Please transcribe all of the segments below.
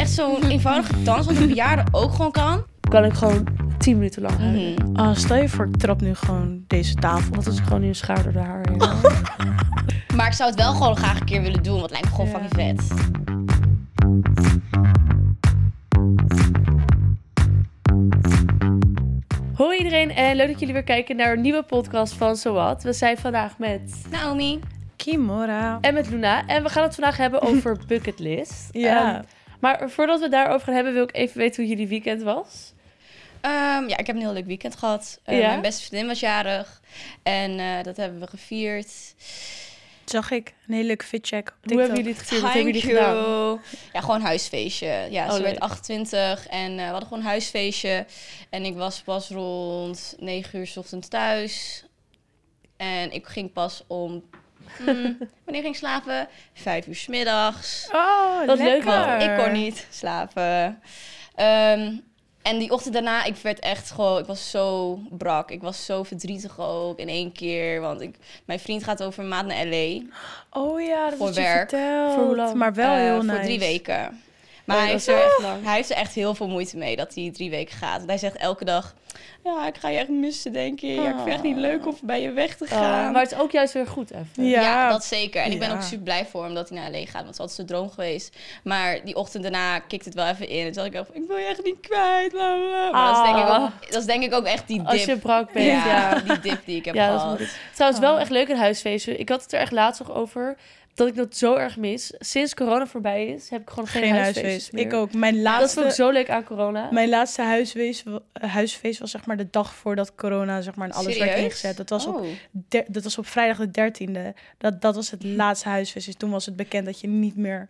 echt zo'n eenvoudige dans, wat een bejaarde ook gewoon kan ik gewoon 10 minuten lang huilen. Stel je voor, ik trap nu gewoon deze tafel. Wat als ik gewoon in een schaar door de haar heen. Maar ik zou het wel gewoon graag een keer willen doen, want het lijkt me gewoon fucking vet. Hoi iedereen en leuk dat jullie weer kijken naar een nieuwe podcast van Zowat. We zijn vandaag met Naomi. Kimora. En met Luna. En we gaan het vandaag hebben over bucketlist. Ja. Maar voordat we het daarover gaan hebben, wil ik even weten hoe jullie weekend was. Ja, ik heb een heel leuk weekend gehad. Mijn beste vriendin was jarig. En dat hebben we gevierd. Zag ik een hele leuke fitcheck op TikTok. Hoe hebben jullie het gevierd? Wat hebben jullie gedaan? Ja, gewoon een huisfeestje. Ja, ze leuk. werd 28 en we hadden gewoon een huisfeestje. En ik was pas rond 9 uur 's ochtends thuis. En ik ging pas om... wanneer ging ik slapen? 5 uur 's middags. Oh, Wat lekker. leuk man. Ik kon niet slapen. En die ochtend daarna, ik was zo brak. Ik was zo verdrietig ook in één keer. Want mijn vriend gaat over een maand naar L.A. Oh ja, dat Voor had je werk. verteld. Voor hoe lang? Maar wel heel nice. Voor 3 weken. Maar Oh, hij, dat heeft is er, echt lang. hij heeft er echt heel veel moeite mee dat hij 3 weken gaat. Want hij zegt elke dag... Ja, ik ga je echt missen, denk ik. Ja, ik vind het echt niet leuk om bij je weg te gaan. Maar het is ook juist weer goed even. Ja, dat zeker. En ik ben Ja. ook super blij voor hem dat hij naar L.A. gaat. Want het is altijd zijn droom geweest. Maar die ochtend daarna kikt het wel even in. En toen had ik dacht, ik wil je echt niet kwijt. Bla, bla. Maar dat is denk ik ook echt die dip. Als je brak bent, Ja, die dip die ik heb Ja, dat is gehad. moeilijk. Trouwens, wel echt leuk een huisfeestje. Ik had het er echt laatst nog over dat ik dat zo erg mis. Sinds corona voorbij is, heb ik gewoon geen huisfeest meer. Ik ook. Dat vond ik zo leuk aan corona. Mijn laatste huisfeest was zeg maar de dag voordat corona zeg maar en alles werd Serieus? ingezet. Dat was, Oh. dat was op vrijdag de 13e. Dat was het laatste huisfeest. Dus toen was het bekend dat je niet meer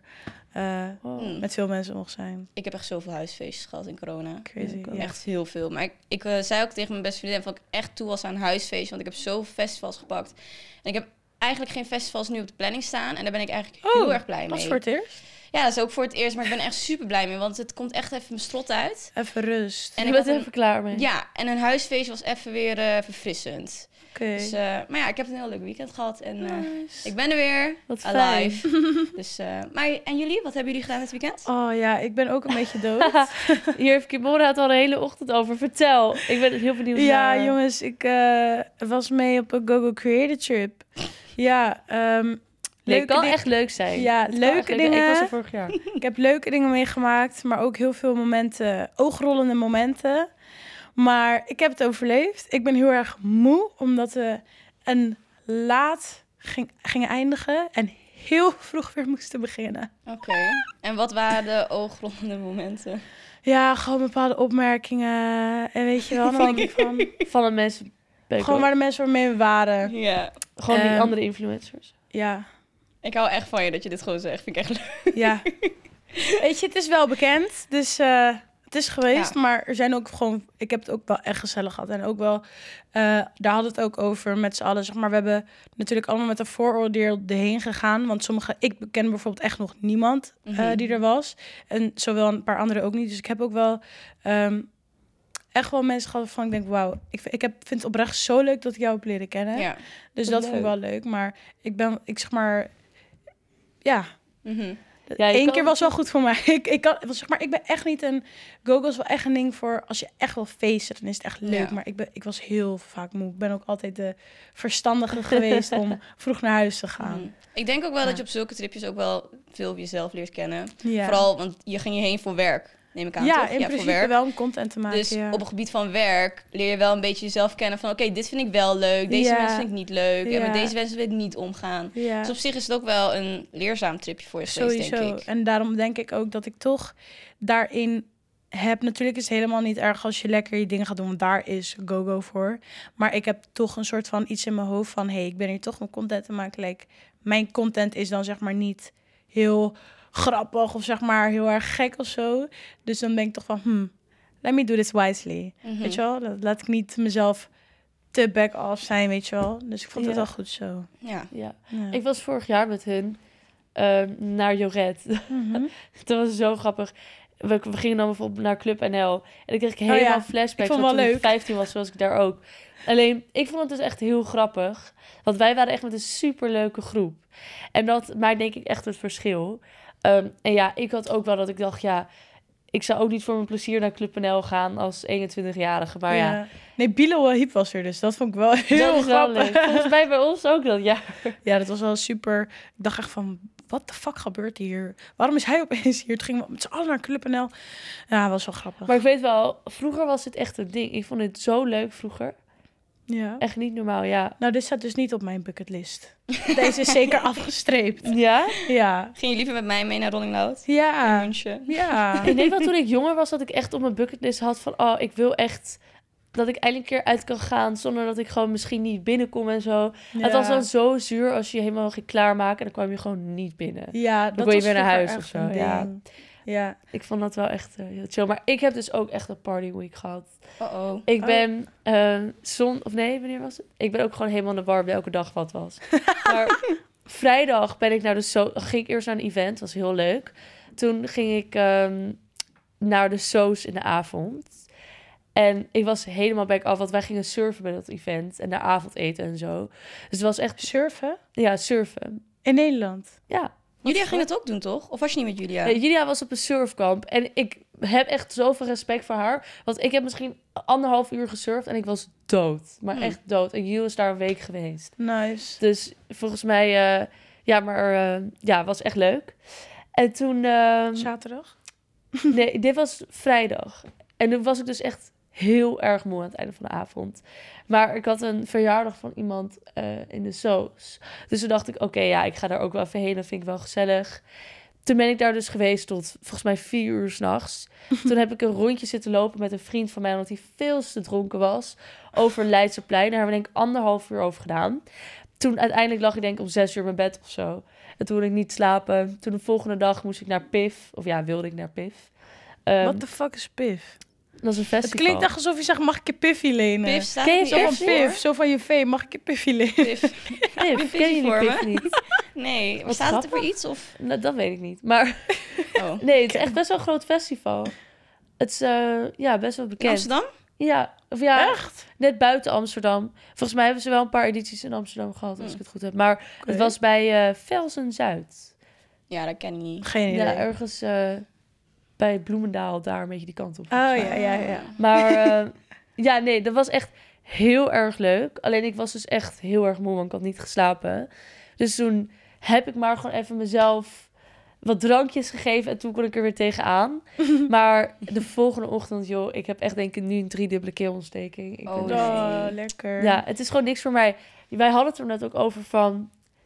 met veel mensen mocht zijn. Ik Ik heb echt zoveel huisfeestjes gehad in corona. Crazy. ook. Ja. Echt heel veel. Maar ik zei ook tegen mijn beste vriendin dat ik echt toe was aan een huisfeest. Want ik heb zoveel festivals gepakt. En ik heb eigenlijk geen festivals nu op de planning staan. En daar ben ik eigenlijk heel erg blij mee. Dat is voor het eerst. Ja, dat is ook voor het eerst. Maar ik ben er echt super blij mee. Want het komt echt even mijn strot uit. Even rust. En Ik ik ben had er even klaar mee. Ja, en een huisfeest was even weer verfrissend. Oké. Dus, maar ja, ik heb een heel leuk weekend gehad. En Nice. ik ben er weer. Wat fijn. Alive. Dus, maar en jullie? Wat hebben jullie gedaan dit weekend? Oh ja, ik ben ook een beetje dood. Hier heeft Kimora het al de hele ochtend over. Vertel. Ik ben heel benieuwd Ja, naar. jongens, ik was mee op een GoGo Creator Trip. Ja, Nee, het kan dingen. echt leuk zijn. Ja, Het kan leuke echt leuk- dingen. Ik was er vorig jaar. Ik heb leuke dingen meegemaakt, maar ook heel veel momenten, oogrollende momenten. Maar ik heb het overleefd. Ik ben heel erg moe, omdat we een laat gingen eindigen en heel vroeg weer moesten beginnen. Oké. En wat waren de oogrollende momenten? Ja, gewoon bepaalde opmerkingen. En weet je wel, dan denk ik van... Van de mensen. Gewoon waar de mensen waarmee we waren. Ja. Gewoon die Ehm, andere influencers. Ja, Ik hou echt van je dat je dit gewoon zegt. Vind ik echt leuk. ja. Weet je, het is wel bekend, dus het is geweest. Ja. Maar er zijn ook gewoon... Ik heb het ook wel echt gezellig gehad. En ook wel... daar hadden we het ook over met z'n allen. Zeg maar, we hebben natuurlijk allemaal met een vooroordeel erheen gegaan. Want ik ken bijvoorbeeld echt nog niemand die er was. En zowel een paar anderen ook niet. Dus ik heb ook wel... echt wel mensen gehad van ik denk, wauw, ik vind het oprecht zo leuk dat ik jou heb leren kennen. Ja. Dus Wat dat vond ik leuk. wel leuk. Maar ik zeg maar... Ja, Mhm. Ja, je Eén kan- keer was wel goed voor mij. Ik ben echt niet een... GoGo is wel echt een ding voor... Als je echt wil feesten, dan is het echt leuk. Ja. Maar ik was heel vaak moe. Ik ben ook altijd de verstandige geweest om vroeg naar huis te gaan. Mhm. Ik denk ook wel Ja. dat je op zulke tripjes ook wel veel op jezelf leert kennen. Ja, Vooral, want je ging hierheen voor werk, neem ik aan, ja toch? in voor principe werk. wel om content te maken. Dus ja. op het gebied van werk leer je wel een beetje jezelf kennen van... Oké, dit vind ik wel leuk, deze Ja. mensen vind ik niet leuk. En Ja. met deze mensen wil ik niet omgaan. Ja. Dus op zich is het ook wel een leerzaam tripje voor je geweest, Sowieso. denk ik. En daarom denk ik ook dat ik toch daarin heb... Natuurlijk is het helemaal niet erg als je lekker je dingen gaat doen, want daar is GoGo voor. Maar ik heb toch een soort van iets in mijn hoofd van... ik ben hier toch mijn content te maken. Like, mijn content is dan zeg maar niet heel grappig of zeg maar heel erg gek of zo. Dus dan denk ik toch van, let me do this wisely. Mhm. Weet je wel? Laat ik niet mezelf te back-off zijn, weet je wel. Dus ik vond het Ja. wel goed zo. Ja. Ja. Ja. Ik was vorig jaar met hun naar Joret. Mhm. Dat was zo grappig. We gingen dan bijvoorbeeld naar Club NL. En dan kreeg ik helemaal ja. flashbacks. Ik vond het want wel toen leuk. ik 15 was, was ik daar ook. Alleen, ik vond het dus echt heel grappig. Want wij waren echt met een superleuke groep. En dat maakt denk ik echt het verschil. En ja, ik had ook wel dat ik dacht, ja... ik zou ook niet voor mijn plezier naar Club NL gaan als 21-jarige. Maar ja, Nee, Bilal Wahib was er dus. Dat vond ik wel heel dat is wel grappig. leuk. Volgens mij bij ons ook dat jaar. Ja, dat was wel super. Ik dacht echt van, wat de fuck gebeurt hier? Waarom is hij opeens hier? Toen gingen we met z'n allen naar Club NL. Ja, was wel grappig. Maar ik weet wel, vroeger was het echt een ding. Ik vond het zo leuk vroeger. Ja. Echt niet normaal, ja. Nou, dit staat dus niet op mijn bucketlist. Deze is zeker afgestreept. Ja? Ja. Ging je liever met mij mee naar Rolling Loud? In Ja. München? Ja. Ik denk wel toen ik jonger was dat ik echt op mijn bucketlist had van... Oh, ik wil echt dat ik eindelijk een keer uit kan gaan zonder dat ik gewoon misschien niet binnenkom en zo. Het was dan zo zuur als je je helemaal ging klaarmaken en dan kwam je gewoon niet binnen. Ja, Dan dat kon je was weer naar vroeger huis echt of zo, een ja. ding. Ja. Ik vond dat wel echt heel chill. Maar ik heb dus ook echt een party week gehad. Oh. Ik ben wanneer was het? Ik ben ook gewoon helemaal in de war elke dag wat was. Maar vrijdag ben ik ging ik eerst naar een event, was heel leuk. Toen ging ik naar de Soos in de avond. En ik was helemaal back af, want wij gingen surfen bij dat event en daar avondeten en zo. Dus het was echt, Surfen? ja, surfen. In Nederland? Ja. Julia ging het ook doen, toch? Of was je niet met Julia? Nee, Julia was op een surfkamp en ik heb echt zoveel respect voor haar. Want ik heb misschien 1,5 uur gesurfd en ik was dood. Maar echt dood. En Julia is daar een week geweest. Nice. Dus volgens mij, het was echt leuk. En toen, Zaterdag? nee, dit was vrijdag. En toen was ik dus echt heel erg moe aan het einde van de avond. Maar ik had een verjaardag van iemand in de Soos. Dus toen dacht ik, oké, ik ga daar ook wel even heen. Dat vind ik wel gezellig. Toen ben ik daar dus geweest tot volgens mij 4 uur 's nachts. Toen heb ik een rondje zitten lopen met een vriend van mij, omdat hij veel te dronken was, over Leidseplein. Daar hebben we denk ik 1,5 uur over gedaan. Toen uiteindelijk lag ik denk ik om 6 uur in mijn bed of zo. En toen wilde ik niet slapen. Toen de volgende dag moest ik naar PIF. Of ja, wilde ik naar PIF. What the fuck is PIF? Dat is een festival. Het klinkt echt alsof je zegt, mag ik je Piffy lenen? Pif staat Ken je niet Zo van echt voor. Pif, zo van je vee, mag ik je Piffy lenen? Pif. PIF. Ken je voor die me? PIF niet? Nee, maar Wat staat het er grappig. voor iets? Of? Nou, dat weet ik niet. Maar Oh. nee, het is echt best wel een groot festival. Het is best wel In bekend. Amsterdam? Ja, of ja, Echt? net buiten Amsterdam. Volgens mij hebben ze wel een paar edities in Amsterdam gehad, als ik het goed heb. Maar het was bij Velsen-Zuid. Ja, dat ken ik niet. Geen idee. Ja, ergens bij Bloemendaal, daar een beetje die kant op. Oh ja, ja, ja. Maar dat was echt heel erg leuk. Alleen ik was dus echt heel erg moe, want ik had niet geslapen. Dus toen heb ik maar gewoon even mezelf wat drankjes gegeven en toen kon ik er weer tegenaan. Maar de volgende ochtend, joh, ik heb echt denk ik nu een 3-dubbele keelontsteking. Ik Oh, ben nee. Oh, lekker. Ja, het is gewoon niks voor mij. Wij hadden het er net ook over van...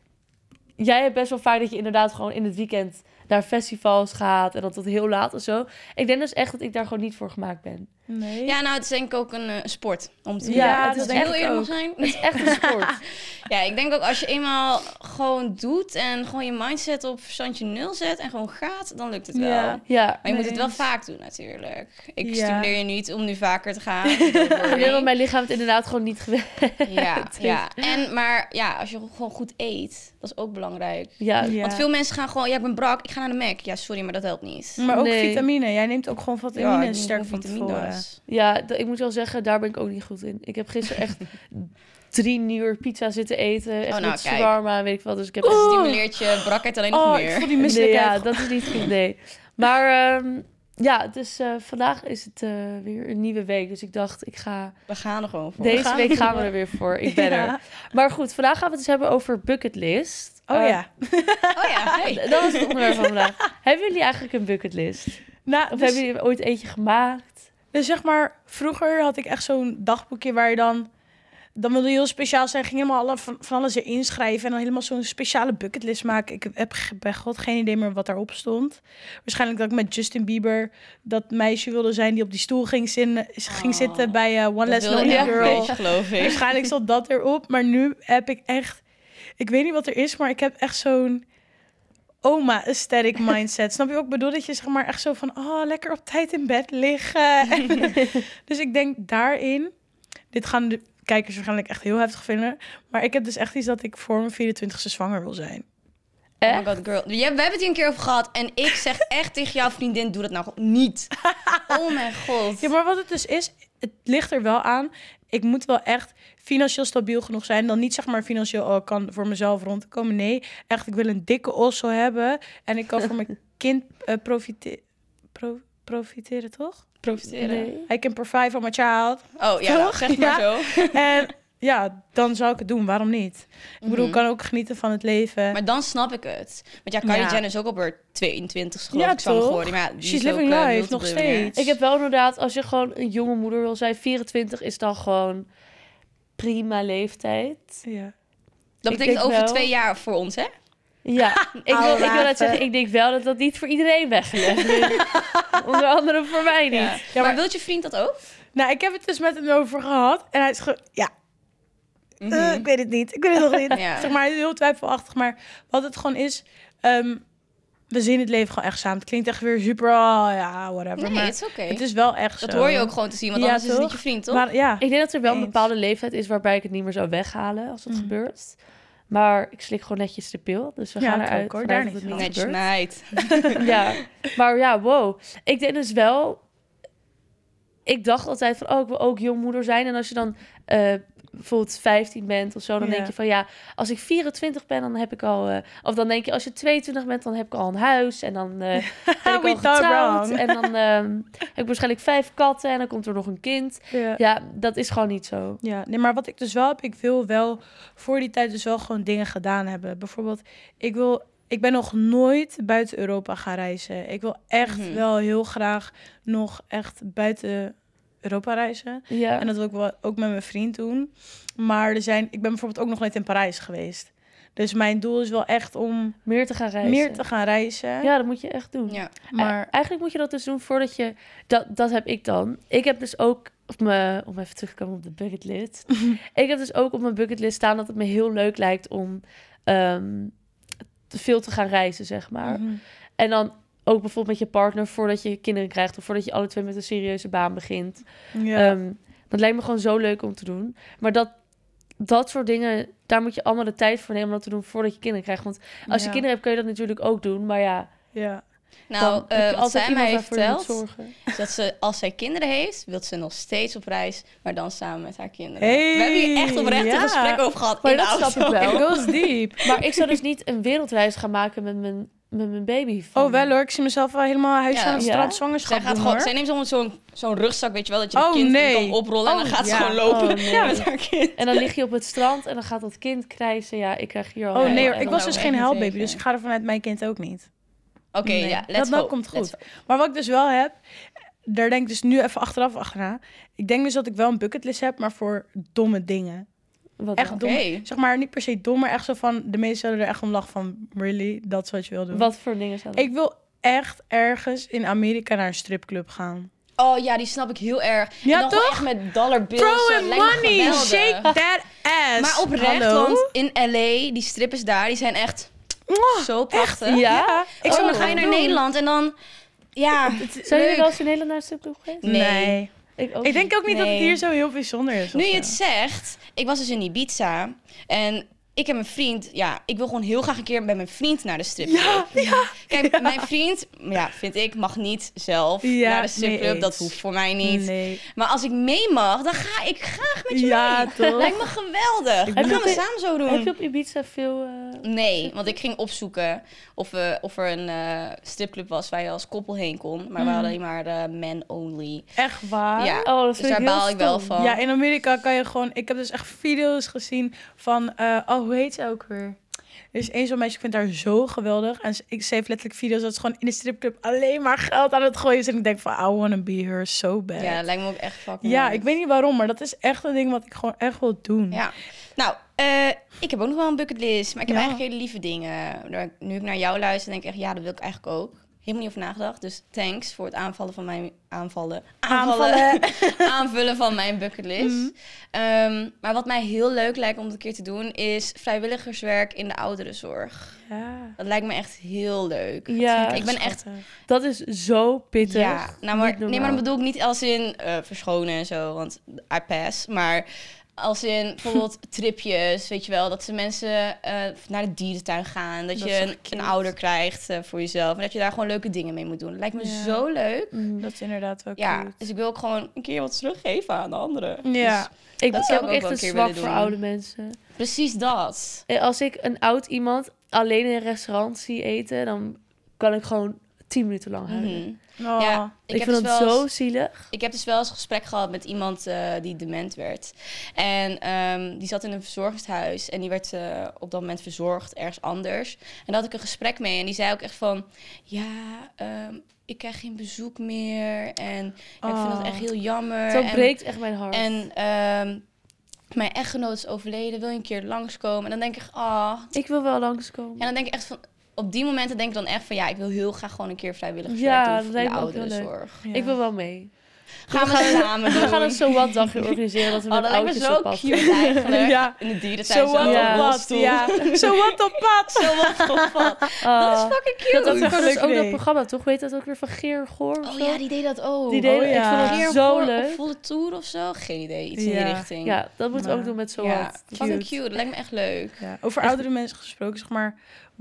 Jij hebt best wel vaak dat je inderdaad gewoon in het weekend naar festivals gaat en dat tot heel laat of zo. Ik denk dus echt dat ik daar gewoon niet voor gemaakt ben. Nee. Ja, nou, het is denk ik ook een sport om te doen. Ja, het dat is ik denk heel ik eerlijk mag ook. zijn. Het is echt een sport. Ja, ik denk ook als je eenmaal gewoon doet en gewoon je mindset op verstandje 0 zet en gewoon gaat, dan lukt het wel. Ja. Ja. Maar je moet Nee het wel eens. vaak doen natuurlijk. Ik Ja. stimuleer je niet om nu vaker te gaan. Nee, want mijn lichaam heeft inderdaad gewoon niet gewend. Ja. Maar als je gewoon goed eet, dat is ook belangrijk. Ja, Ja. Want veel mensen gaan gewoon, ik ben brak, ik ga naar de Mac. Ja, sorry, maar dat helpt niet. Maar ook Nee. vitamine. Jij neemt ook gewoon Ja, vitamine ik neem sterk gewoon van tevoren. vitamines. ja, ik moet wel zeggen, daar ben ik ook niet goed in. Ik heb gisteren echt 3 uur pizza zitten eten. Echt nou, met kijk. shawarma en weet ik wat. Dus ik heb Dat echt... stimuleert je brakheid alleen nog Oh, meer. ik voel die Nee, misselijkheid. ja, dat is niet goed, nee. Maar dus vandaag is het weer een nieuwe week. Dus ik dacht, ik ga... We gaan er gewoon voor. Deze week gaan we er weer voor. Ik ben Ja. er. Maar goed, vandaag gaan we het eens hebben over bucketlist. Oh ja. Oh ja, hey. Dat was het onderwerp van vandaag. Hebben jullie eigenlijk een bucketlist? Nou, Of dus, hebben jullie ooit eentje gemaakt? dus zeg maar, vroeger had ik echt zo'n dagboekje waar je dan wilde je heel speciaal zijn. Ging helemaal van alles erin schrijven en dan helemaal zo'n speciale bucketlist maken. Ik heb bij god geen idee meer wat daarop stond. Waarschijnlijk dat ik met Justin Bieber dat meisje wilde zijn die op die stoel ging zitten bij One Dat Less wilde Lonely elk Girl. meisje, geloof ik. Waarschijnlijk stond dat erop, maar nu heb ik echt... Ik weet niet wat er is, maar ik heb echt zo'n oma-aesthetic mindset. Snap je wat ik bedoel? Dat je zeg maar echt zo van... Oh, lekker op tijd in bed liggen. Dus ik denk daarin... Dit gaan de kijkers waarschijnlijk echt heel heftig vinden. Maar ik heb dus echt iets dat ik voor mijn 24e zwanger wil zijn. Oh my god, girl. We hebben het hier een keer over gehad. En ik zeg echt tegen jouw vriendin, doe dat nou gewoon niet. Oh mijn god. Ja, maar wat het dus is, het ligt er wel aan. Ik moet wel echt financieel stabiel genoeg zijn. Dan niet zeg maar financieel, ik kan voor mezelf rondkomen. Nee, echt, ik wil een dikke osso hebben. En ik kan voor mijn kind profiteren, toch? Profiteren. Nee. I can provide for my child. Oh ja, nou, Toch? zeg maar Ja. zo. En ja, dan zou ik het doen. Waarom niet? Ik bedoel, ik Mhm. kan ook genieten van het leven. Maar dan snap ik het. Want ja, Kylie Ja. Jenner is ook op haar 22 geloof Ja, ik zwanger toch? geworden. Maar ja, die She's is ook, living life, nog multimiljonair. steeds. Ik heb wel inderdaad, als je gewoon een jonge moeder wil zijn, 24 is dan gewoon prima leeftijd. Ja. Dat Ik betekent denk over wel- 2 jaar voor ons, hè? Ja, ik wil net wapen. zeggen, ik denk wel dat dat niet voor iedereen weggelegd is. Onder andere voor mij niet. Ja. Ja, maar wilt je vriend dat ook? Nou, ik heb het dus met hem over gehad. En hij is gewoon, ja, Mhm. ik weet het niet. Ik weet het nog niet. Ja. Zeg maar, hij is heel twijfelachtig. Maar wat het gewoon is, we zien het leven gewoon echt samen. Het klinkt echt weer super, ja, whatever. Nee, maar het is oké. het is wel echt Dat zo. hoor je ook gewoon te zien, want Ja, anders is het niet toch? je vriend, toch? Maar ja, Ik denk dat er wel een Eens. bepaalde leeftijd is waarbij ik het niet meer zou weghalen als dat Mm. gebeurt. Maar ik slik gewoon netjes de pil. Dus we Ja, gaan ik eruit ook, hoor. vanuit Daar dat het niet niet Netjes gebeurt. meid. Ja, maar ja, wow. Ik denk dus wel... Ik dacht altijd van, ik wil ook jongmoeder zijn. En als je dan bijvoorbeeld 15 bent of zo, dan Ja. denk je van, ja, als ik 24 ben, dan heb ik al... of dan denk je, als je 22 bent, dan heb ik al een huis. En dan ben ik We al thought getrouwd. wrong. En dan heb ik waarschijnlijk 5 katten en dan komt er nog een kind. Ja, dat is gewoon niet zo. Ja, nee, maar wat ik dus wel heb, ik wil wel voor die tijd dus wel gewoon dingen gedaan hebben. Bijvoorbeeld, ik ben nog nooit buiten Europa gaan reizen. Ik wil echt Mhm. wel heel graag nog echt buiten Europa reizen. Ja. En dat wil ik wel ook met mijn vriend doen. Maar ik ben bijvoorbeeld ook nog nooit in Parijs geweest. Dus mijn doel is wel echt om meer te gaan reizen. meer te gaan reizen. Ja, dat moet je echt doen. Ja. Maar Eigenlijk moet je dat dus doen voordat je... Dat heb ik dan. Ik heb dus ook op mijn... Om even terug te komen op de bucketlist. Ik heb dus ook op mijn bucketlist staan dat het me heel leuk lijkt om veel te gaan reizen, zeg maar. Mhm. En dan ook bijvoorbeeld met je partner voordat je kinderen krijgt... of voordat je alle twee met een serieuze baan begint. Ja. Dat lijkt me gewoon zo leuk om te doen. Maar dat soort dingen, daar moet je allemaal de tijd voor nemen om dat te doen voordat je kinderen krijgt. Want als je Ja. kinderen hebt, kun je dat natuurlijk ook doen. Maar ja, Ja. Nou, dan heb je wat zij mij heeft waarvoor je moet verteld, zorgen. is dat ze, als zij kinderen heeft, wil ze nog steeds op reis, maar dan samen met haar kinderen. Hey, We hebben hier echt oprecht ja. een gesprek over gehad Maar in de dat snap auto. ik wel. It goes deep. Maar ik zou dus niet een wereldreis gaan maken met mijn baby. Oh, wel hoor. Ik zie mezelf wel helemaal huis Ja. aan het Ja? strand Zij, zwangerschap gaat doen, gewoon, hoor. zij neemt zo'n rugzak, weet je wel, dat je het Oh, kind in nee. kan oprollen en dan Oh, gaat ze ja. gewoon lopen Oh, nee. met haar kind. En dan lig je op het strand en dan gaat dat kind krijsen. Ja, ik krijg hier al... Oh nee Ja, hoor, en ik dan was dus ook geen echt niet huilbaby, tegen. dus ik ga er vanuit mijn kind ook niet. Oké, Nee, ja, let's dat hope. komt Let's goed. hope. Maar wat ik dus wel heb, daar denk ik dus nu even achterna. Ik denk dus dat ik wel een bucketlist heb, maar voor domme dingen. Wat Echt dan? dom. Oké. Zeg maar niet per se dom, maar echt zo van, de meesten zullen er echt om lachen van, really, dat is wat je wil doen. Wat voor dingen zijn dat? Ik wil echt ergens in Amerika naar een stripclub gaan. Oh ja, die snap ik heel erg. Ja, en dan gewoon toch? echt met dollar bills. Throw zo, in lijkt me money, geweldig. shake that ass. Maar oprecht, Hallo? want in LA, die strippers daar, die zijn echt Mwah, zo prachtig. Ja? Ik zou Dan dat ga je naar doen. Nederland en dan... Ja, Zijn jullie leuk. wel eens in Nederland naar een stripclub geweest? Nee. Ik ook Ik denk ook niet dat het Nee. hier zo heel bijzonder is. Nu of je zo. het zegt, ik was dus in Ibiza en ik en mijn vriend, ja, ik wil gewoon heel graag een keer met mijn vriend naar de stripclub. Kijk, mijn vriend, ja, vind ik, mag niet zelf Ja, naar de stripclub. nee, Dat eens. hoeft voor mij niet. Nee. Maar als ik mee mag, dan ga ik graag met je Ja, mee. toch? Lijkt me geweldig. Heb Dat je gaan op we de- samen zo doen. Heb je op Ibiza veel... Nee, want ik ging opzoeken of er een stripclub was waar je als koppel heen kon. Maar we hadden alleen maar men only. Echt waar? Ja, Oh, dat dus vind daar ik heel baal ik wel stom. van. Ja, in Amerika kan je gewoon... Ik heb dus echt video's gezien van... hoe heet ze ook weer? Er is één zo'n meisje, ik vind haar zo geweldig. En ze heeft letterlijk video's dat ze gewoon in de stripclub alleen maar geld aan het gooien is. En ik denk van, I wanna be her so bad. Ja, lijkt me ook echt fucking Ja, nice. ik weet niet waarom, maar dat is echt een ding wat ik gewoon echt wil doen. Ja. Nou, ik heb ook nog wel een bucketlist. Maar ik heb Ja. eigenlijk hele lieve dingen. Nu ik naar jou luister, denk ik echt... Ja, dat wil ik eigenlijk ook. Helemaal niet over nagedacht. Dus thanks voor het aanvallen van mijn... Aanvallen. Aanvullen van mijn bucketlist. Maar wat mij heel leuk lijkt om het een keer te doen... is vrijwilligerswerk in de ouderenzorg. Ja. Dat lijkt me echt heel leuk. Ja, Ik ben echt... dat is zo pittig. Ja, nou, maar, Niet nee, maar normaal. dan bedoel ik niet als in verschonen en zo, want I pass. Maar als in bijvoorbeeld tripjes, weet je wel, dat ze mensen naar de dierentuin gaan. Dat Dat je is een echt cute. ouder krijgt voor jezelf. En dat je daar gewoon leuke dingen mee moet doen. Dat lijkt me Ja. zo leuk. Mm. Dat is inderdaad wel Ja, cute. dus ik wil ook gewoon een keer wat teruggeven aan de anderen. Ja. Dus Ik Dat heb zou ook ik echt ook wel een een keer zwak willen voor doen. oude mensen. precies dat. Als ik een oud iemand alleen in een restaurant zie eten, dan kan ik gewoon 10 minuten lang huilen. Mhm. Oh. Ja, Ik heb vind dus dat wel zo eens- zielig. Ik heb dus wel eens een gesprek gehad met iemand die dement werd. En die zat in een verzorgingshuis. En die werd op dat moment verzorgd ergens anders. En daar had ik een gesprek mee. En die zei ook echt van... Ja, ik krijg geen bezoek meer. En ja, ik vind dat echt heel jammer. Zo En- breekt echt mijn hart. En mijn echtgenoot is overleden. Wil je een keer langskomen? En dan denk ik... Ik wil wel langskomen. En dan denk ik echt van... Op die momenten denk ik dan echt van... Ja, ik wil heel graag gewoon een keer vrijwilligerswerk Ja, doen dat voor lijkt de me ook heel leuk. ouderenzorg. Ja. Ik wil wel mee. Gaan we samen doen. We gaan een So What dagje organiseren. Dat we met dat lijkt me oudjes zo op pad cute eigenlijk. Ja. In de dierentuin Zo zo wat op Ja. een op pad. rolstoel. Ja. Zo wat op pad. Zo wat op pad. Dat is fucking cute. Dat is was echt dus een ook leuk dat idee. programma, toch? Weet dat ook weer van Geer Goor of Oh zo? ja, die deed dat ook. Die deed, Oh ja. Ik vond het Keer zo voor- leuk. Op volle tour of zo? Geen idee. Iets in Ja. die richting. Ja, dat moeten we Maar- ook doen met So ja. What. Fucking cute. Dat lijkt me echt leuk. Ja, over oudere mensen gesproken, zeg maar,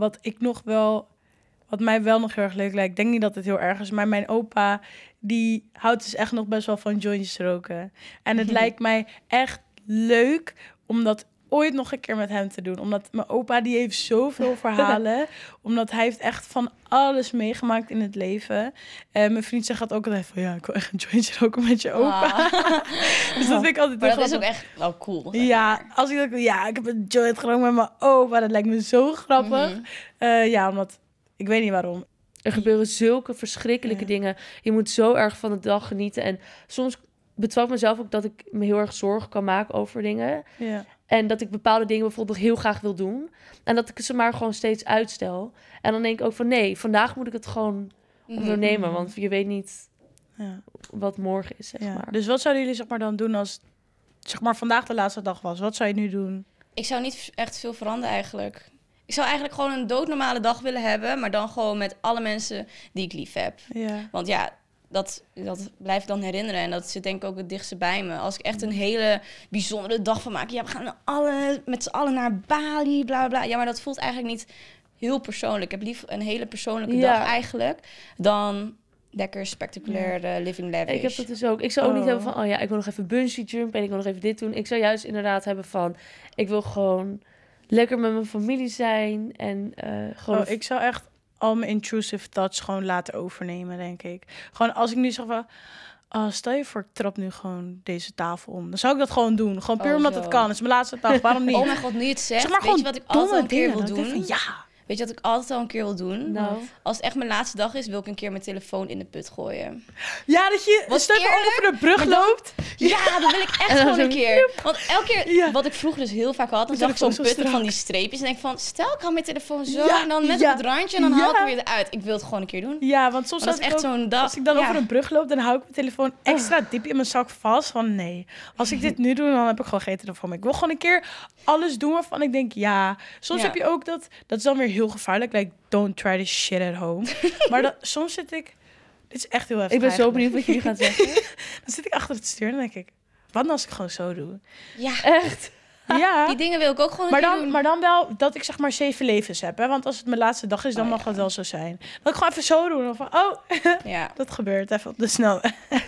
wat mij wel nog heel erg leuk lijkt. Ik denk niet dat het heel erg is, maar mijn opa, die houdt dus echt nog best wel van jointjes roken. En het lijkt mij echt leuk om dat ooit nog een keer met hem te doen. Omdat mijn opa, die heeft zoveel verhalen. Omdat hij heeft echt van alles meegemaakt in het leven. En mijn vriend zegt ook altijd van, ja, ik wil echt een jointje roken met je opa. Ah. Dus dat vind ik altijd Maar heel dat is ook grappig. echt wel cool. zeg Ja, maar. als ik denk, ja, ik heb een joint gerookt met mijn opa. Dat lijkt me zo grappig. Mhm. Ja, omdat, ik weet niet waarom. Er gebeuren zulke verschrikkelijke Ja. dingen. Je moet zo erg van de dag genieten. En soms betrap ik mezelf ook dat ik me heel erg zorgen kan maken over dingen. Ja. En dat ik bepaalde dingen bijvoorbeeld heel graag wil doen. En dat ik ze maar gewoon steeds uitstel. En dan denk ik ook van nee, vandaag moet ik het gewoon Mhm. ondernemen. Want je weet niet Ja. wat morgen is, zeg Ja. maar. Dus wat zouden jullie zeg maar dan doen als zeg maar vandaag de laatste dag was? Wat zou je nu doen? Ik zou niet echt veel veranderen eigenlijk. Ik zou eigenlijk gewoon een doodnormale dag willen hebben. Maar dan gewoon met alle mensen die ik lief heb. Ja. Want ja, dat blijf ik dan herinneren. En dat zit denk ik ook het dichtste bij me. Als ik echt een hele bijzondere dag van maak. Ja, we gaan met z'n allen naar Bali, bla bla. Ja, maar dat voelt eigenlijk niet heel persoonlijk. Ik heb liever een hele persoonlijke Ja. dag eigenlijk. Dan lekker spectaculair living lavish. Ik heb dat dus ook. Ik zou ook niet Oh. hebben van, oh ja, ik wil nog even bungee jumpen en ik wil nog even dit doen. Ik zou juist inderdaad hebben van, ik wil gewoon lekker met mijn familie zijn en gewoon... Oh, ik zou echt al mijn intrusive thoughts gewoon laten overnemen, denk ik. Gewoon als ik nu zeg van, stel je voor, ik trap nu gewoon deze tafel om. Dan zou ik dat gewoon doen. Gewoon puur Oh, omdat zo. het kan. Het is mijn laatste dag, waarom niet? Oh mijn god, nu je het zegt. zeg maar Weet je gewoon wat ik altijd al domme een keer dingen. wil Dat ik doen? denk van, ja. Weet je wat ik altijd al een keer wil doen? Nou, Als het echt mijn laatste dag is, wil ik een keer mijn telefoon in de put gooien. Ja, dat je Wat stel je voor eerlijk, over de brug maar dan- loopt. Ja, dat wil ik echt En dan gewoon zo- een keer. Want elke keer, Ja. wat ik vroeger dus heel vaak had, dan Mijn zag ik zo'n telefoon zo putten van die strak. streepjes. En denk van, stel ik hou mijn telefoon zo Ja, en dan net ja, op het randje en dan haal ik ja. hem weer eruit. Ik wil het gewoon een keer doen. Ja, want soms Want dat is had ik echt ook- zo'n dag. als ik dan ja. over een brug loop, dan hou ik mijn telefoon extra diep in mijn zak vast. Van nee, als ik dit nu doe, dan heb ik gewoon geen telefoon meer. Ik wil gewoon een keer alles doen waarvan ik denk, ja. Soms Ja. heb je ook dat is dan weer heel gevaarlijk. Like, don't try this shit at home. Maar soms zit ik, dit is echt heel heftig ik ben zo eigenlijk. benieuwd wat jullie gaan zeggen. Dan zit ik achter het stuur en dan denk ik, wat nou als ik gewoon zo doe? Ja, Echt? Ja. die dingen wil ik ook gewoon een Maar keer dan, doen. maar dan wel dat ik zeg maar 7 levens heb. Hè? Want als het mijn laatste dag is, dan Oh, mag ja. het wel zo zijn. Dat ik gewoon even zo doe. En van, oh, Ja. dat gebeurt even op de snelweg.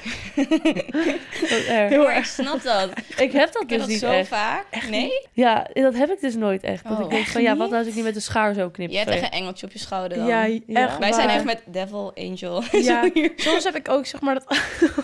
Wat erg. Heel Maar ik erg. snap dat. Ik heb dat Ik heb dus dat niet zo echt. vaak. Nee? Ja, dat heb ik dus nooit echt. Dat Oh. ik denk Echt van, ja, wat niet? nou als ik niet met de schaar zo knip? Je hebt echt een engeltje op je schouder dan. Ja, Ja. echt Wij zijn waar. echt met Devil, Angel. Ja, Zo hier. soms heb ik ook zeg maar dat...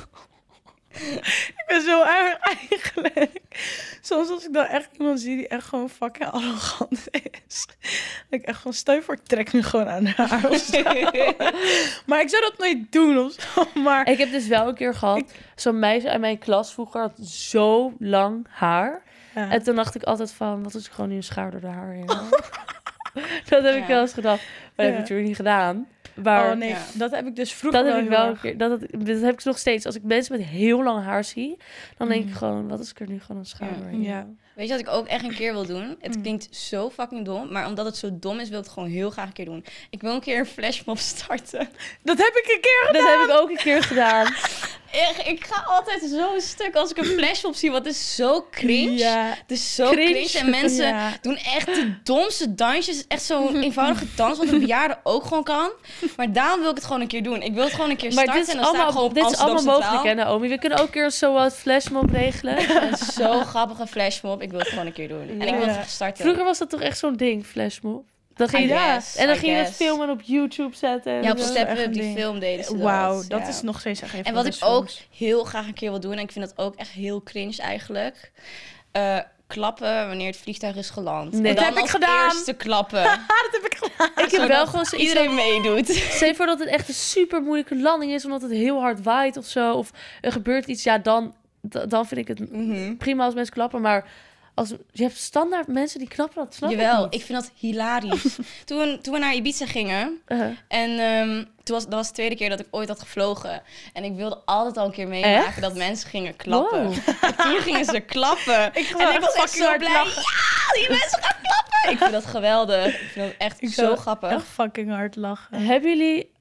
Ik ben zo erg eigenlijk. Soms als ik dan echt iemand zie die echt gewoon fucking arrogant is. Dat ik echt gewoon, stel je voor, ik trek nu gewoon aan haar of zo. Maar ik zou dat nooit doen of zo. Maar Ik heb dus wel een keer gehad, zo'n meisje uit mijn klas vroeger had zo lang haar. ja. En toen dacht ik altijd van, wat als ik gewoon nu een schaar door de haar heen haal? Dat heb ik Ja. wel eens gedacht. Maar dat heb ik Ja. natuurlijk niet gedaan. Maar Oh nee, Ja. dat heb ik dus vroeger dat heb ik heel wel een erg. keer. Dat heb ik nog steeds. Als ik mensen met heel lang haar zie, dan denk ik Mm. gewoon, wat als ik er nu gewoon een schaar Ja. doorheen Ja. haal? Weet je wat ik ook echt een keer wil doen? Het Mm. klinkt zo fucking dom, maar omdat het zo dom is, wil ik het gewoon heel graag een keer doen. Ik wil een keer een flashmob starten. Dat heb ik een keer gedaan. Dat heb ik ook een keer gedaan. Echt, ik ga altijd zo stuk als ik een flashmob zie, want het is zo cringe. Ja. Het is zo Cringe. cringe. En mensen Ja. doen echt de domste dansjes. Het is echt zo'n eenvoudige dans, wat een bejaarde ook gewoon kan. Maar daarom wil ik het gewoon een keer doen. Ik wil het gewoon een keer Maar starten dit en is dan sta ik allemaal, gewoon op dit is Amsterdam allemaal Centraal. mogelijk, hè, Naomi? We kunnen ook een keer een so-what flashmob regelen. Het is zo'n grappige flashmob. Ik wil het gewoon een keer doen. En ik wil Ja. het starten. Vroeger was dat toch echt zo'n ding, flashmob? Dan ging je, guess, en dan I ging je dat guess. filmen en op YouTube zetten. Ja, op dat is Step echt Up, een die ding. film deden ze Wauw, dat. dat Ja. is nog steeds echt een En van wat de ik ook films. heel graag een keer wil doen, en ik vind dat ook echt heel cringe eigenlijk, klappen wanneer het vliegtuig is geland. Nee. En Dat dan heb ik als gedaan. eerste klappen. Dat heb ik gedaan. Ik heb wel gewoon zoiets Iedereen meedoet. Stel je voor dat het echt een super moeilijke landing is, omdat het heel hard waait of zo. Of er gebeurt iets, ja, dan vind ik het Mhm. prima als mensen klappen. Maar als je hebt standaard mensen die knappen, dat snap Jawel, ik ik vind dat hilarisch. toen we naar Ibiza gingen, niet. en dat was de tweede keer dat ik ooit had gevlogen. En ik wilde altijd al een keer meemaken Echt? dat mensen gingen klappen. Wow. En toen gingen ze klappen. Ik en ik was echt fucking zo hard blij. lachen. Ja, die mensen gaan klappen. Ik vind dat geweldig. Ik vind dat echt Ik zo zou grappig. Echt fucking hard lachen. Hebben jullie,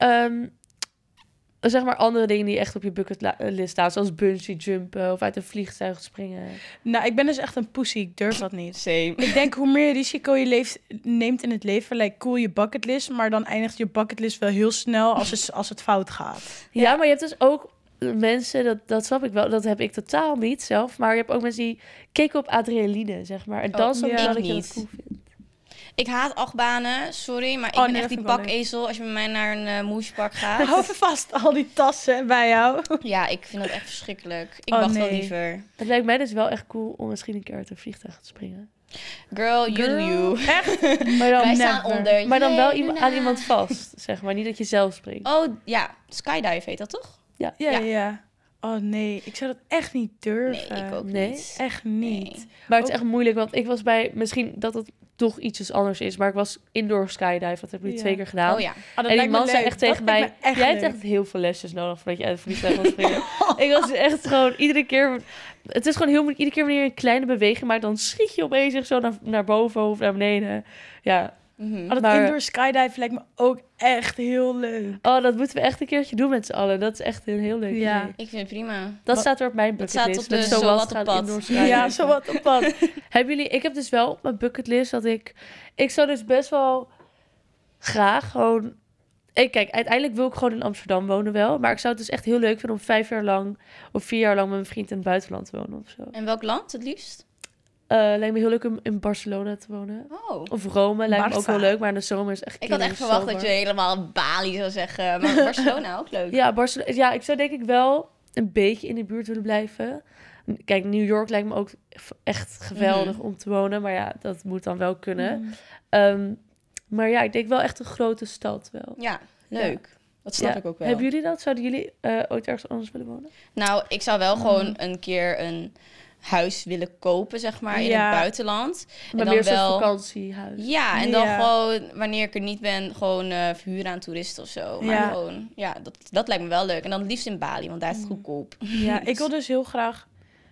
zeg maar, andere dingen die echt op je bucketlist staan? Zoals bungee jumpen of uit een vliegtuig springen? Nou, ik ben dus echt een pussy. Ik durf dat niet. Same. Ik denk, hoe meer risico je neemt in het leven, lijkt cool je bucketlist, maar dan eindigt je bucketlist wel heel snel als het fout gaat. Ja, maar je hebt dus ook mensen, dat snap ik wel, dat heb ik totaal niet zelf. Maar je hebt ook mensen die keken op adrenaline, zeg maar. En dan snap ik ja. wel Ik dat je niet. dat cool vindt. Ik haat achtbanen, sorry, maar ik Oh, ben nee, echt dat die vind ik wel pakezel als je met mij naar een moespark gaat. Hou even vast, al die tassen bij jou. Ja, ik vind dat echt verschrikkelijk. Ik Oh, wacht wel nee. liever. Het lijkt mij dus wel echt cool om misschien een keer uit een vliegtuig te springen. Girl, you do you. Echt? Maar dan, Wij staan never. onder. maar dan wel Jee, Luna. aan iemand vast, zeg maar. Niet dat je zelf springt. Oh, ja. Skydive heet dat toch? Ja. Oh nee, ik zou dat echt niet durven. Nee, ik ook Nee? niet. Echt niet. Nee. Maar het is echt moeilijk, want ik was bij... Misschien dat het toch ietsjes anders is, maar ik was indoor skydive. Dat heb ik nu Ja. 2 keer gedaan. Oh ja. Oh, dat En die lijkt me man zei leuk. echt tegen Dat mij... lijkt me echt Jij hebt leuk. echt heel veel lesjes nodig voordat je uit het vliegtuig kan springen. Ik was echt gewoon iedere keer... Het is gewoon heel moeilijk. Iedere keer wanneer je een kleine beweging maakt, dan schiet je opeens echt zo naar boven of naar beneden. Ja. Mhm. Oh, dat Maar- indoor skydive lijkt me ook echt heel leuk. Oh, dat moeten we echt een keertje doen met z'n allen. Dat is echt een heel leuk Ja. idee. Ik vind het prima. Dat staat er op mijn Dat staat bucketlist. op Met de zo Zowat wat op gaan pad. indoor skydiven. Ja, zo wat op pad. Hebben jullie... Ik heb dus wel op mijn bucketlist dat ik zou dus best wel graag gewoon... Kijk, uiteindelijk wil ik gewoon in Amsterdam wonen wel. Maar ik zou het dus echt heel leuk vinden om 5 jaar lang of 4 jaar lang met mijn vriend in het buitenland te wonen of zo. En welk land het liefst? Lijkt me heel leuk om in Barcelona te wonen. Oh. Of Rome lijkt me ook Barça. wel leuk, maar in de zomer is echt Ik had echt killing verwacht dat zomer. je helemaal Bali zou zeggen. Maar Barcelona ook leuk. Ja, Barcelona. Ja, ik zou denk ik wel een beetje in de buurt willen blijven. Kijk, New York lijkt me ook echt geweldig om te wonen. Maar ja, dat moet dan wel kunnen. Maar ja, ik denk wel echt een grote stad wel. Ja, leuk. Dat snap Ja. ik ook wel. Hebben jullie dat? Zouden jullie ooit ergens anders willen wonen? Nou, ik zou wel gewoon een keer een huis willen kopen, zeg maar, in Ja. het buitenland. Maar dan meer zo'n wel- vakantiehuis. Ja, en dan Ja. gewoon, wanneer ik er niet ben, gewoon verhuren aan toeristen of zo. Maar Ja. gewoon, ja, dat lijkt me wel leuk. En dan het liefst in Bali, want daar is het goedkoop. Ja, ik wil dus heel graag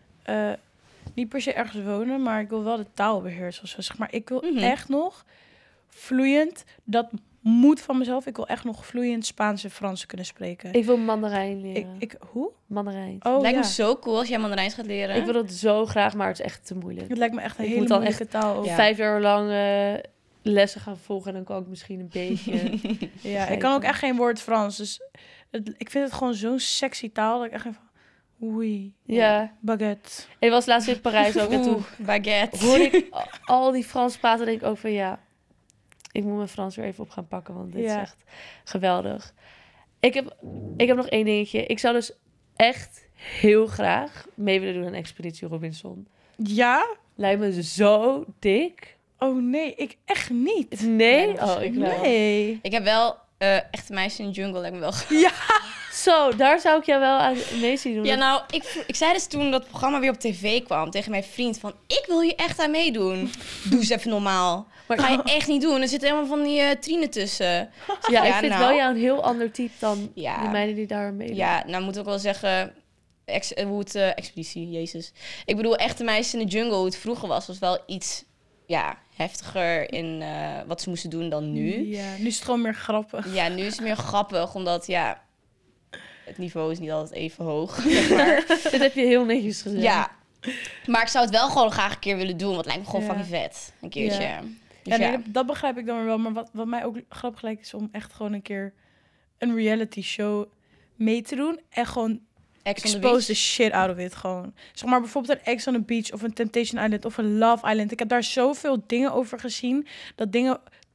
niet per se ergens wonen, maar ik wil wel de taal beheersen. Of zo. Zeg maar, ik wil Mhm. echt nog vloeiend, dat moet van mezelf, ik wil echt nog vloeiend Spaans en Frans kunnen spreken. Ik wil Mandarijn leren. Hoe? Mandarijn. Oh, Het lijkt ja. me zo cool als jij Mandarijns gaat leren. Ik wil dat zo graag, maar het is echt te moeilijk. Het lijkt me echt een Ik hele moet dan moeilijke taal. Ook. Ja. Ja, 5 jaar lang lessen gaan volgen en dan kan ik misschien een beetje... ik kan ook echt geen woord Frans. Dus ik vind het gewoon zo'n sexy taal dat ik echt even... Oei, Ja. baguette. Ik was laatst in Parijs ook en toen Oeh, baguette. hoorde ik al die Frans praten. Denk ik ook van ja, ik moet mijn Frans weer even op gaan pakken, want dit is Ja. echt geweldig. Ik heb nog één dingetje. Ik zou dus echt heel graag mee willen doen aan Expeditie Robinson. Ja? Lijkt me zo dik. Oh nee, ik echt niet. Nee? Nee, dat Oh, ik wel. Nee. Ik heb wel Echte Meisjes in de Jungle, lijkt me wel. Zo, daar zou ik jou wel aan mee zien doen. Ja, nou, ik zei dus toen dat programma weer op tv kwam tegen mijn vriend van... Ik wil hier echt aan meedoen. Doe eens even normaal. Maar- Ga je echt niet doen. Er zitten helemaal van die trinen tussen. Ja, ik Ja, vind nou. wel jou een heel ander type dan Ja. die meiden die daar meedoen. Ja, nou moet ik ook wel zeggen... Expeditie, jezus. Ik bedoel, Echte Meisjes in de Jungle, hoe het vroeger was wel iets heftiger in wat ze moesten doen dan nu. Ja, nu is het gewoon meer grappig. Ja, nu is het meer grappig, omdat het niveau is niet altijd even hoog. Zeg maar. Dit heb je heel netjes gezegd. Ja, maar ik zou het wel gewoon graag een keer willen doen, want het lijkt me gewoon Ja. fucking vet. Een keertje. Ja. Dus Ja, nee, dat begrijp ik dan weer wel. Maar wat mij ook grappig lijkt is om echt gewoon een keer een reality show mee te doen. En gewoon Ex on the expose Beach. the shit out of it. Gewoon. Zeg maar bijvoorbeeld een Ex on the Beach of een Temptation Island of een Love Island. Ik heb daar zoveel dingen over gezien. Dat dingen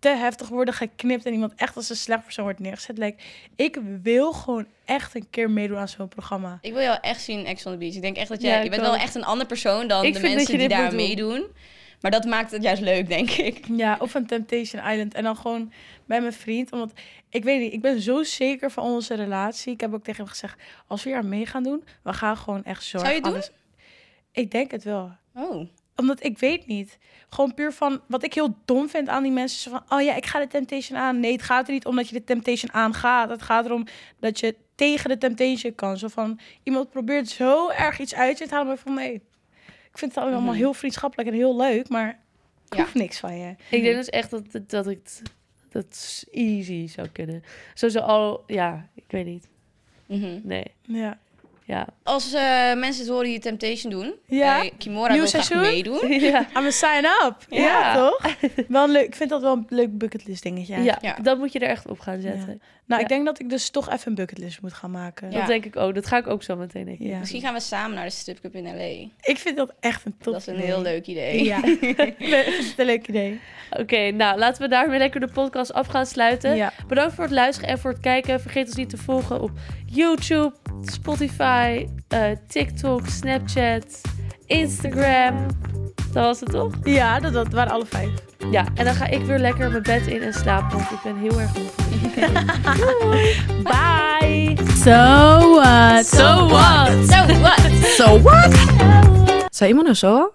te heftig worden geknipt en iemand echt als een slecht persoon wordt neergezet. Like, ik wil gewoon echt een keer meedoen aan zo'n programma. Ik wil jou echt zien in Ex on the Beach. Ik denk echt dat Ja, je ik bent ook. wel echt een ander persoon dan Ik de vind dat mensen je die dit daar moet doen. meedoen. Maar dat maakt het juist leuk, denk ik. Ja, of een Temptation Island. En dan gewoon bij mijn vriend. Omdat, ik weet niet, ik ben zo zeker van onze relatie. Ik heb ook tegen hem gezegd, als we hier aan mee gaan doen, we gaan gewoon echt zorgen. Zou je het doen? Ik denk het wel. Oh. Omdat ik weet niet. Gewoon puur van, wat ik heel dom vind aan die mensen. Is van, oh ja, ik ga de Temptation aan. Nee, het gaat er niet om dat je de Temptation aangaat. Het gaat erom dat je tegen de Temptation kan. Zo van, iemand probeert zo erg iets uit je te halen. Maar van, nee, ik vind het allemaal heel vriendschappelijk en heel leuk. Maar ik Ja. hoef niks van je. Ik denk dus echt dat ik dat easy zou kunnen. Sowieso al, ja, ik weet niet. Mhm. Nee, Ja. ja. Als mensen het horen die Temptation doen. Ja. Kimora Nieuw wil graag seizoen? meedoen. Ja. I'm a sign up. Ja, Ja. toch? Wel leuk. Ik vind dat wel een leuk bucketlist dingetje. Ja, Ja. dat moet je er echt op gaan zetten. Nou, Ja. ik denk dat ik dus toch even een bucketlist moet gaan maken. Ja. Dat denk ik ook. Dat ga ik ook zo meteen denken. Ja. Misschien gaan we samen naar de stripclub in L.A. Ik vind dat echt een top Dat is een idee. heel leuk idee. Ja, ik vind het een leuk idee. Oké, nou laten we daarmee lekker de podcast af gaan sluiten. Ja. Bedankt voor het luisteren en voor het kijken. Vergeet ons niet te volgen op YouTube, Spotify, TikTok, Snapchat, Instagram. Dat was het toch? Ja, dat waren alle 5. Ja, en dan ga ik weer lekker mijn bed in en slapen, want ik ben heel erg moe. Bye! So what? So what? So what? So what? Zei iemand nou zo?